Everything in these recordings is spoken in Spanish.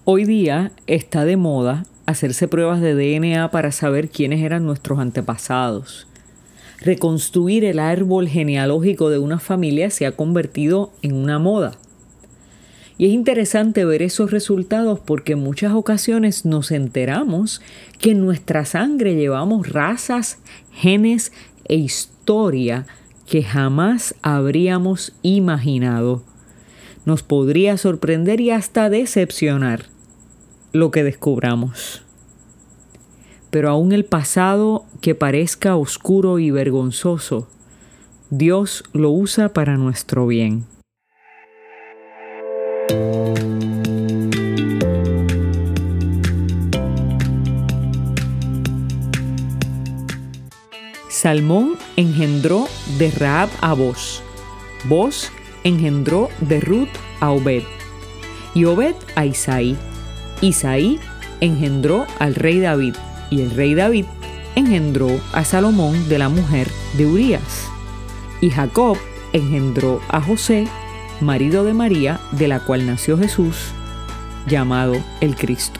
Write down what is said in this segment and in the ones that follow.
Hoy día está de moda hacerse pruebas de DNA para saber quiénes eran nuestros antepasados. Reconstruir el árbol genealógico de una familia se ha convertido en una moda. Y es interesante ver esos resultados porque en muchas ocasiones nos enteramos que en nuestra sangre llevamos razas, genes e historia que jamás habríamos imaginado. Nos podría sorprender y hasta decepcionar lo que descubramos. Pero aún el pasado que parezca oscuro y vergonzoso, Dios lo usa para nuestro bien. Salmón engendró de Rahab a Booz. Booz engendró de Ruth a Obed. Y Obed a Isaí. Isaí engendró al rey David. Y el rey David engendró a Salomón de la mujer de Urías. Y Jacob engendró a José, marido de María, de la cual nació Jesús, llamado el Cristo.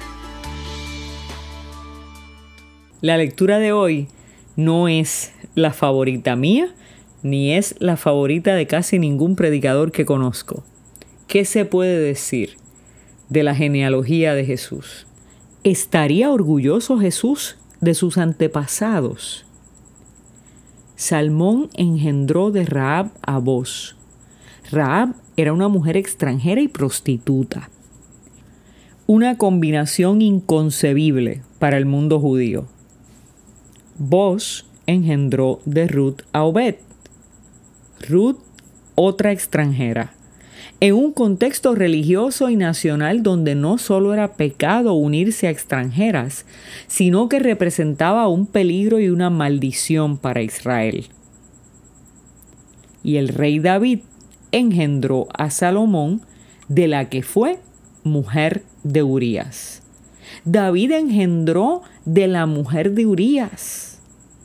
La lectura de hoy no es la favorita mía, ni es la favorita de casi ningún predicador que conozco. ¿Qué se puede decir de la genealogía de Jesús? ¿Estaría orgulloso Jesús de sus antepasados? Salmón engendró de Rahab a Booz. Rahab era una mujer extranjera y prostituta. Una combinación inconcebible para el mundo judío. Booz engendró de Ruth a Obed. Ruth, otra extranjera. En un contexto religioso y nacional donde no solo era pecado unirse a extranjeras, sino que representaba un peligro y una maldición para Israel. Y el rey David engendró a Salomón, de la que fue mujer de Urías. David engendró de la mujer de Urías.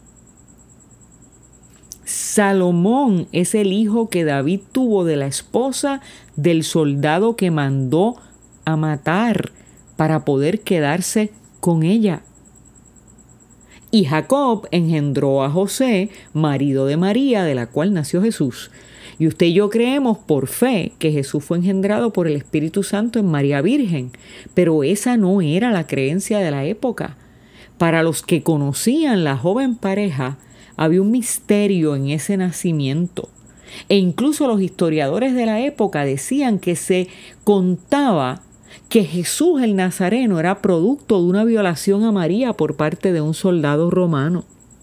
Salomón es el hijo que David tuvo de la esposa del soldado que mandó a matar para poder quedarse con ella. Y Jacob engendró a José, marido de María, de la cual nació Jesús. Y usted y yo creemos por fe que Jesús fue engendrado por el Espíritu Santo en María Virgen, pero esa no era la creencia de la época. Para los que conocían la joven pareja, había un misterio en ese nacimiento. E incluso los historiadores de la época decían que se contaba que Jesús el Nazareno era producto de una violación a María por parte de un soldado romano.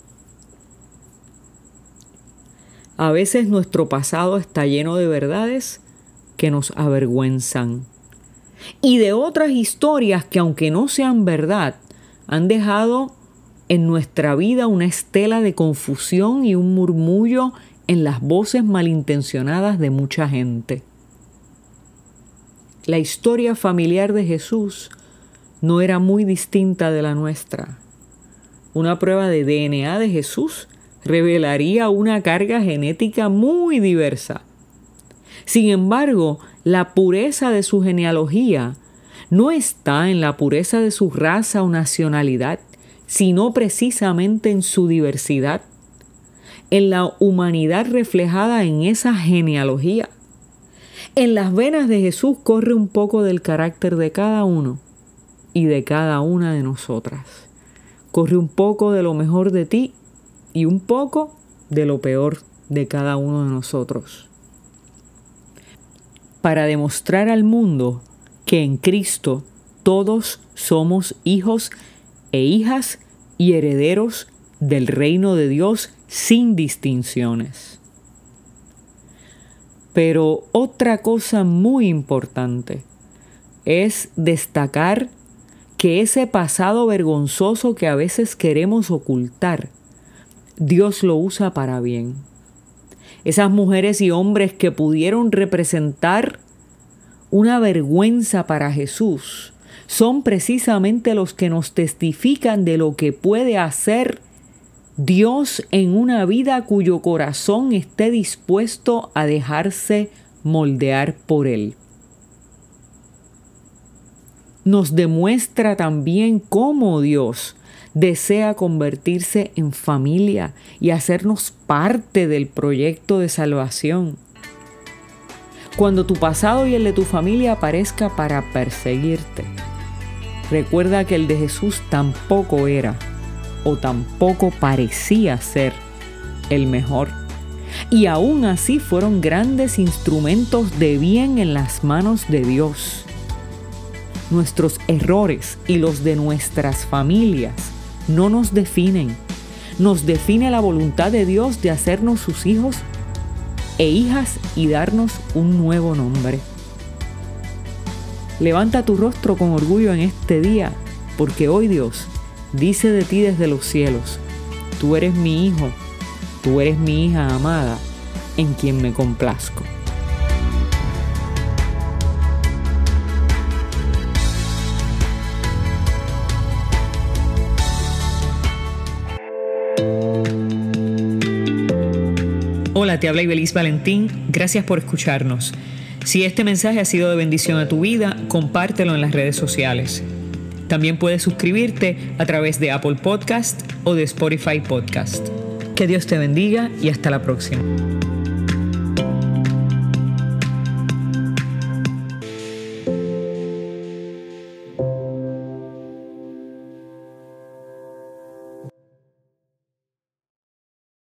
A veces nuestro pasado está lleno de verdades que nos avergüenzan y de otras historias que, aunque no sean verdad, han dejado en nuestra vida una estela de confusión y un murmullo en las voces malintencionadas de mucha gente. La historia familiar de Jesús no era muy distinta de la nuestra. Una prueba de DNA de Jesús revelaría una carga genética muy diversa. Sin embargo, la pureza de su genealogía no está en la pureza de su raza o nacionalidad, sino precisamente en su diversidad, en la humanidad reflejada en esa genealogía. En las venas de Jesús corre un poco del carácter de cada uno y de cada una de nosotras. Corre un poco de lo mejor de ti y un poco de lo peor de cada uno de nosotros. Para demostrar al mundo que en Cristo todos somos hijos e hijas y herederos del reino de Dios sin distinciones. Pero otra cosa muy importante es destacar que ese pasado vergonzoso que a veces queremos ocultar, Dios lo usa para bien. Esas mujeres y hombres que pudieron representar una vergüenza para Jesús son precisamente los que nos testifican de lo que puede hacer Dios en una vida cuyo corazón esté dispuesto a dejarse moldear por Él. nos demuestra también cómo Dios desea convertirse en familia y hacernos parte del proyecto de salvación. Cuando tu pasado y el de tu familia aparezca para perseguirte, recuerda que el de Jesús tampoco era o tampoco parecía ser el mejor. Y aún así fueron grandes instrumentos de bien en las manos de Dios. Nuestros errores y los de nuestras familias no nos definen. Nos define la voluntad de Dios de hacernos sus hijos e hijas y darnos un nuevo nombre. Levanta tu rostro con orgullo en este día, porque hoy Dios dice de ti desde los cielos: tú eres mi hijo, tú eres mi hija amada, en quien me complazco. Hola, te habla Ibeliz Valentín. Gracias por escucharnos. Si este mensaje ha sido de bendición a tu vida, compártelo en las redes sociales. También puedes suscribirte a través de Apple Podcast o de Spotify Podcast. Que Dios te bendiga y hasta la próxima.